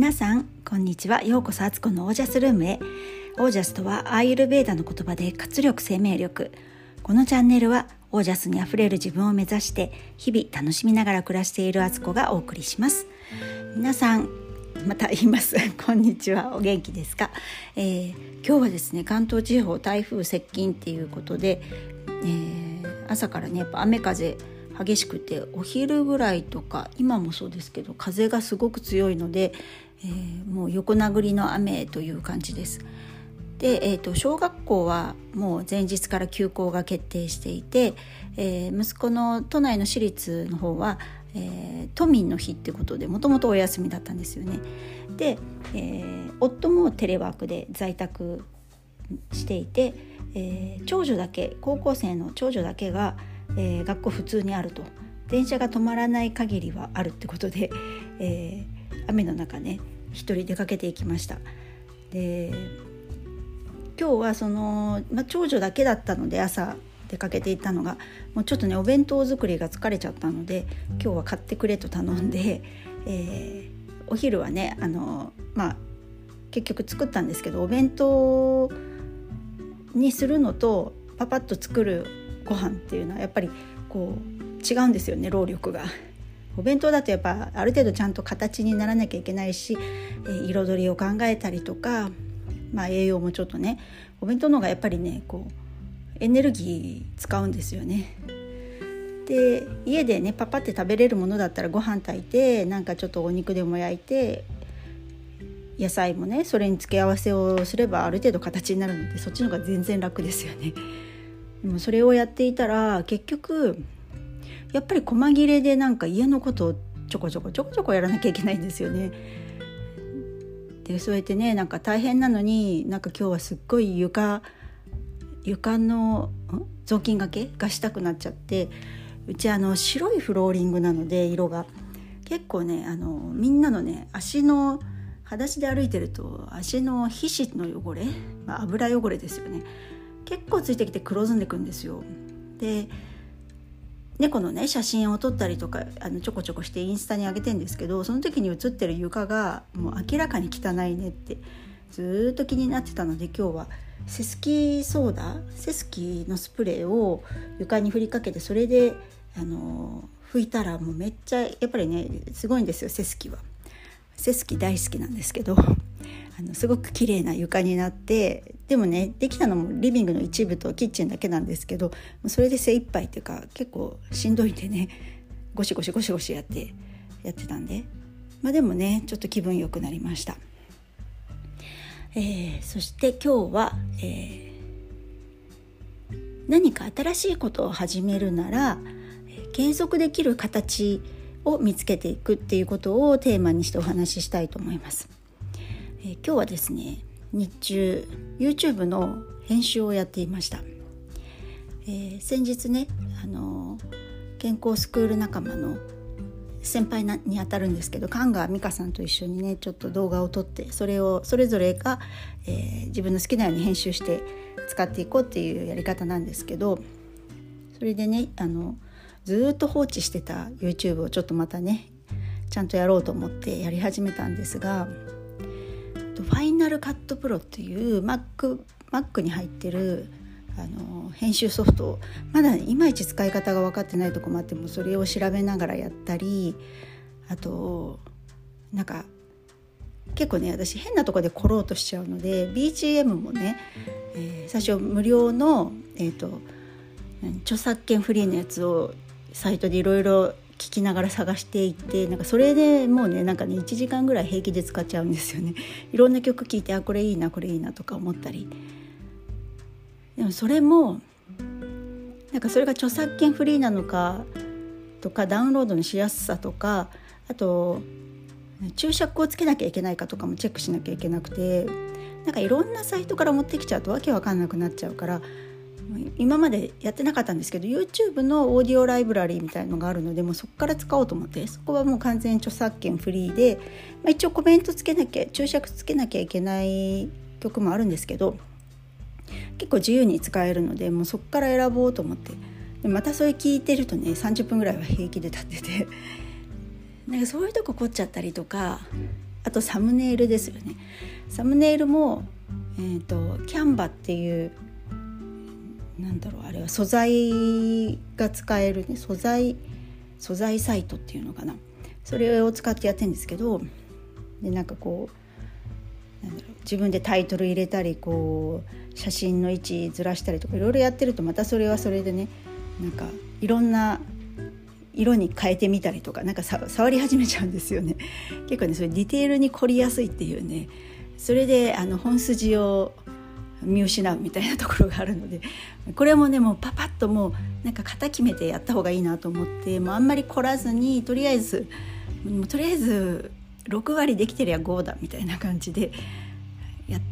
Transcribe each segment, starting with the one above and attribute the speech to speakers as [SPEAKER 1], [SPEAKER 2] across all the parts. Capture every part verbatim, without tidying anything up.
[SPEAKER 1] 皆さんこんにちは。ようこそアツコのオージャスルームへ。オージャスとはアーユルヴェーダの言葉で活力、生命力。このチャンネルはオージャスにあふれる自分を目指して日々楽しみながら暮らしているアツコがお送りします。皆さんまた言いますこんにちは。お元気ですか？えー、今日はですね、関東地方台風接近っていうことで、えー、朝からねやっぱ雨風激しくて、お昼ぐらいとか今もそうですけど風がすごく強いので、えー、もう横殴りの雨という感じです。で、えーと、小学校はもう前日から休校が決定していて、えー、息子の都内の私立の方は、えー、都民の日ってことでもともとお休みだったんですよね。で、えー、夫もテレワークで在宅していて、えー、長女だけ高校生の長女だけがえー、学校普通にあると、電車が止まらない限りはあるってことで、えー、雨の中ね一人出かけていきました。で、今日はその、まあ、長女だけだったので朝出かけていったのが、もうちょっとねお弁当作りが疲れちゃったので今日は買ってくれと頼んで、えー、お昼はねあの、まあ、結局作ったんですけど、お弁当にするのとパパッと作るご飯っていうのはやっぱりこう違うんですよね、労力が。お弁当だとやっぱある程度ちゃんと形にならなきゃいけないし、えー、彩りを考えたりとか、まあ、栄養もちょっとね、お弁当の方がやっぱりねこうエネルギー使うんですよね。で、家でねパパって食べれるものだったらご飯炊いて、なんかちょっとお肉でも焼いて、野菜もねそれに付け合わせをすればある程度形になるので、そっちの方が全然楽ですよね。でもそれをやっていたら結局やっぱり細切れでなんか家のことをちょこちょこちょこちょこやらなきゃいけないんですよね。で、そうやってねなんか大変なのに、なんか今日はすっごい床床の雑巾がけがしたくなっちゃって、うちあの白いフローリングなので色が結構ねあのみんなのね足の裸足で歩いてると足の皮脂の汚れ、まあ、油汚れですよね、結構ついてきて黒ずんでくんですよ。で、猫のね写真を撮ったりとかあのちょこちょこしてインスタに上げてんですけど、その時に写ってる床がもう明らかに汚いねってずっと気になってたので、今日はセスキソーダセスキのスプレーを床に振りかけて、それであの拭いたらもうめっちゃやっぱりねすごいんですよ。セスキはセスキ大好きなんですけど、あのすごく綺麗な床になって、でもねできたのもリビングの一部とキッチンだけなんですけど、それで精一杯っていうか結構しんどいんでね、ゴシゴシゴシゴシやってやってたんで、まあでもねちょっと気分良くなりました。えー、そして今日は、えー、何か新しいことを始めるなら、えー、継続できる形を見つけていくっていうことをテーマにしてお話ししたいと思います。えー、今日はですね日中 YouTube の編集をやっていました。えー、先日ねあの健康スクール仲間の先輩にあたるんですけど、神川美香さんと一緒にねちょっと動画を撮って、それをそれぞれが、えー、自分の好きなように編集して使っていこうっていうやり方なんですけど、それでねあのずっと放置してた YouTube をちょっとまたねちゃんとやろうと思ってやり始めたんですが、ファイナルカットプロっていう Mac, Mac に入ってるあの編集ソフトをまだいまいち使い方が分かってないとこもあって、もそれを調べながらやったり、あとなんか結構ね私変なとこで凝ろうとしちゃうので ビージーエム もね、えー、最初無料の、えーと、著作権フリーのやつをサイトでいろいろ聞きながら探していって、なんかそれでもうねなんかねいちじかんぐらい平気で使っちゃうんですよね。いろんな曲聴いて、あこれいいなこれいいなとか思ったり、でもそれもなんかそれが著作権フリーなのかとか、ダウンロードのしやすさとか、あと注釈をつけなきゃいけないかとかもチェックしなきゃいけなくて、なんかいろんなサイトから持ってきちゃうとわけわかんなくなっちゃうから、今までやってなかったんですけど YouTube のオーディオライブラリーみたいなのがあるので、もうそこから使おうと思って、そこはもう完全に著作権フリーで、まあ、一応コメントつけなきゃ注釈つけなきゃいけない曲もあるんですけど、結構自由に使えるのでもうそこから選ぼうと思って、でまたそれ聞いてるとねさんじゅっぷんぐらいは平気で経ってて、なんかそういうとこ凝っちゃったりとか、 あとサムネイルですよね。サムネイルも、えーと、キャンバっていうなんだろうあれは素材が使えるね素材素材サイトっていうのかな、それを使ってやってるんですけど、でなんかこうなんだろう自分でタイトル入れたりこう写真の位置ずらしたりとかいろいろやってるとまたそれはそれでねなんかいろんな色に変えてみたりとかなんかさ触り始めちゃうんですよね。結構ねそれディテールに凝りやすいっていうね、それであの本筋を見失うみたいなところがあるので、これもねもうパパッともうなんか型決めてやった方がいいなと思って、もうあんまり凝らずにとりあえずもうとりあえずろく割できてりゃごだみたいな感じでやって、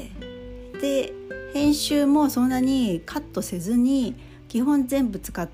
[SPEAKER 1] で編集もそんなにカットせずに基本全部使って、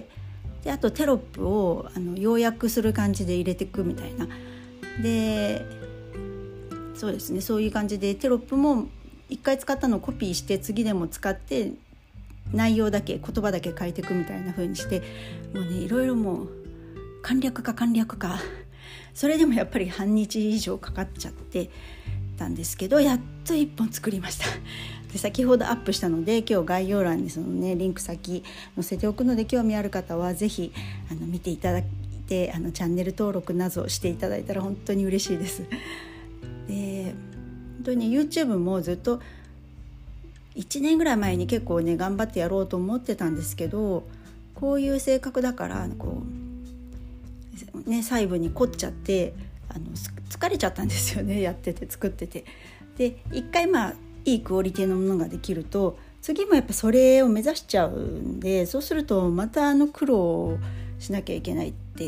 [SPEAKER 1] であとテロップをあの要約する感じで入れていくみたいな。でそうですねそういう感じでテロップも一回使ったのをコピーして次でも使って内容だけ言葉だけ書いていくみたいな風にして、もうねいろいろもう簡略化簡略化それでもやっぱり半日以上かかっちゃってたんですけど、やっと一本作りました。で先ほどアップしたので今日概要欄にそのねリンク先載せておくので、興味ある方はぜひあの見ていただいてあのチャンネル登録などしていただいたら本当に嬉しいです。で本当に YouTube もずっといちねんぐらい前に結構ね頑張ってやろうと思ってたんですけど、こういう性格だからこう、ね、細部に凝っちゃってあの疲れちゃったんですよね、やってて作ってて。で一回まあいいクオリティのものができると次もやっぱそれを目指しちゃうんで、そうするとまたあの苦労をしなきゃいけないって、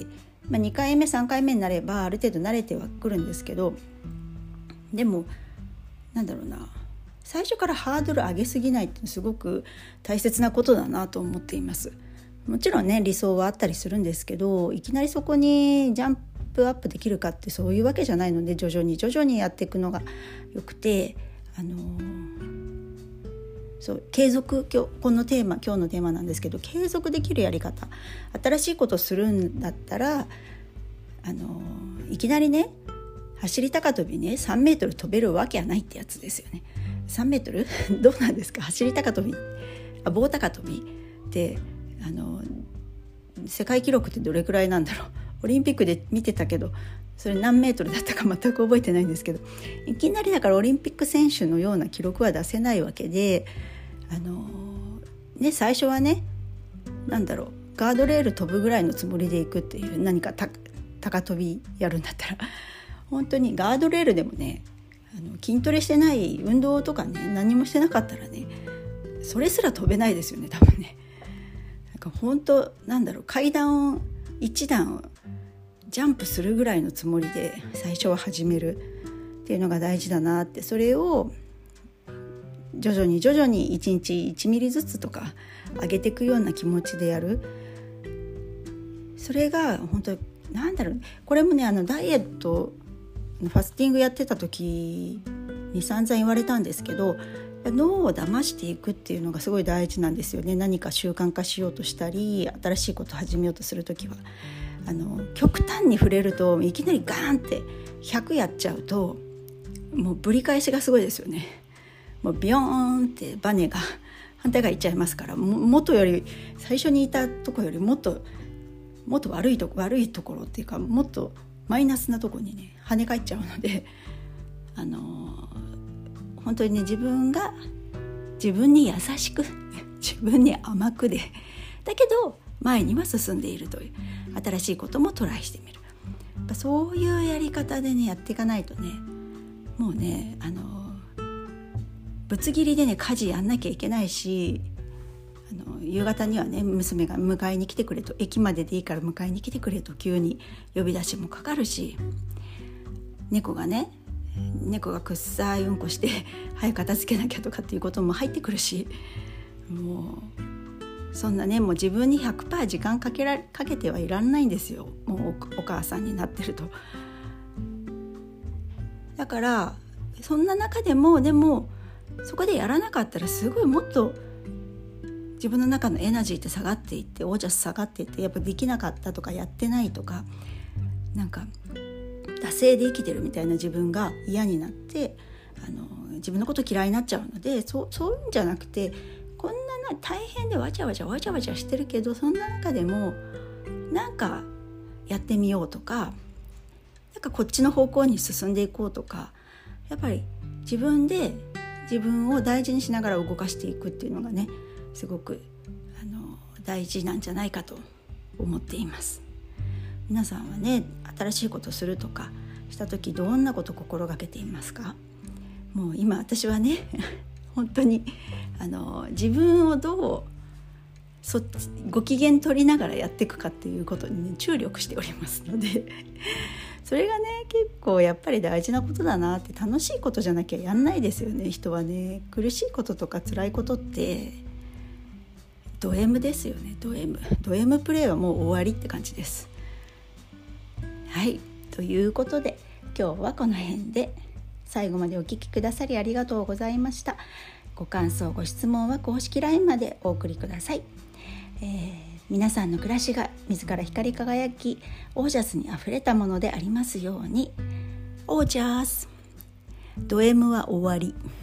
[SPEAKER 1] まあ、にかいめさんかいめになればある程度慣れてはくるんですけど、でもなんだろうな最初からハードル上げすぎないってすごく大切なことだなと思っています。もちろんね理想はあったりするんですけど、いきなりそこにジャンプアップできるかってそういうわけじゃないので、徐々に徐々にやっていくのがよくて、あのー、そう継続今日このテーマ今日のテーマなんですけど、継続できるやり方、新しいことをするんだったらあのー、いきなりね走り高跳びねさんメートル飛べるわけはないってやつですよね。さんメートルどうなんですか、走り高跳びあ棒高跳びってあの世界記録ってどれくらいなんだろう。オリンピックで見てたけどそれ何メートルだったか全く覚えてないんですけど、いきなりだからオリンピック選手のような記録は出せないわけで、あのね最初はねなんだろうガードレール飛ぶぐらいのつもりでいくっていう、何かた高跳びやるんだったら本当にガードレールでもねあの筋トレしてない運動とかね何もしてなかったらねそれすら飛べないですよね多分ね。なんか本当なんだろう階段を一段ジャンプするぐらいのつもりで最初は始めるっていうのが大事だなって、それを徐々に徐々にいちにちいちミリずつとか上げていくような気持ちでやる、それが本当なんだろう、これもねあのダイエットファスティングやってた時に散々言われたんですけど、脳を騙していくっていうのがすごい大事なんですよね。何か習慣化しようとしたり新しいことを始めようとするときはあの極端に触れるといきなりガーンってひゃくやっちゃうともうぶり返しがすごいですよね。もうビヨーンってバネが反対側いっちゃいますから、も元より最初にいたところよりもっともっと悪いとこ悪いところっていうかもっとマイナスなところにね跳ね返っちゃうので、あのー、本当にね自分が自分に優しく自分に甘くでだけど前には進んでいるという、新しいこともトライしてみる、やっぱそういうやり方でねやっていかないとね、もうねあのぶつ切りでね家事やんなきゃいけないし、あの夕方にはね娘が迎えに来てくれと、駅まででいいから迎えに来てくれと急に呼び出しもかかるし、猫がね猫がくっさいうんこして早く片付けなきゃとかっていうことも入ってくるし、もうそんなねもう自分に ひゃくパーセント 時間かけらかけてはいらんないんですよ、もう お, お母さんになってると。だからそんな中でもでもそこでやらなかったらすごいもっと自分の中のエナジーって下がっていって、オージャス下がっていって、やっぱできなかったとかやってないとかなんか惰性で生きてるみたいな自分が嫌になってあの自分のこと嫌いになっちゃうので、そ う, そういうんじゃなくて、こんなの大変でわちゃわちゃわちゃわちゃしてるけど、そんな中でもなんかやってみようとか、なんかこっちの方向に進んでいこうとか、やっぱり自分で自分を大事にしながら動かしていくっていうのがね、すごくあの大事なんじゃないかと思っています。皆さんはね、新しいことをするとかした時どんなことを心がけていますか？もう今私はね本当にあの自分をどうそご機嫌取りながらやっていくかっていうことに、ね、注力しておりますのでそれがね結構やっぱり大事なことだなって。楽しいことじゃなきゃやんないですよね、人はね。苦しいこととか辛いことってド M ですよね。ド M ド M プレイはもう終わりって感じです。はい、ということで今日はこの辺で。最後までお聞きくださりありがとうございました。ご感想ご質問は公式 ライン までお送りください。えー、皆さんの暮らしが自ら光り輝きオージャスにあふれたものでありますように。オージャス、ド M は終わり。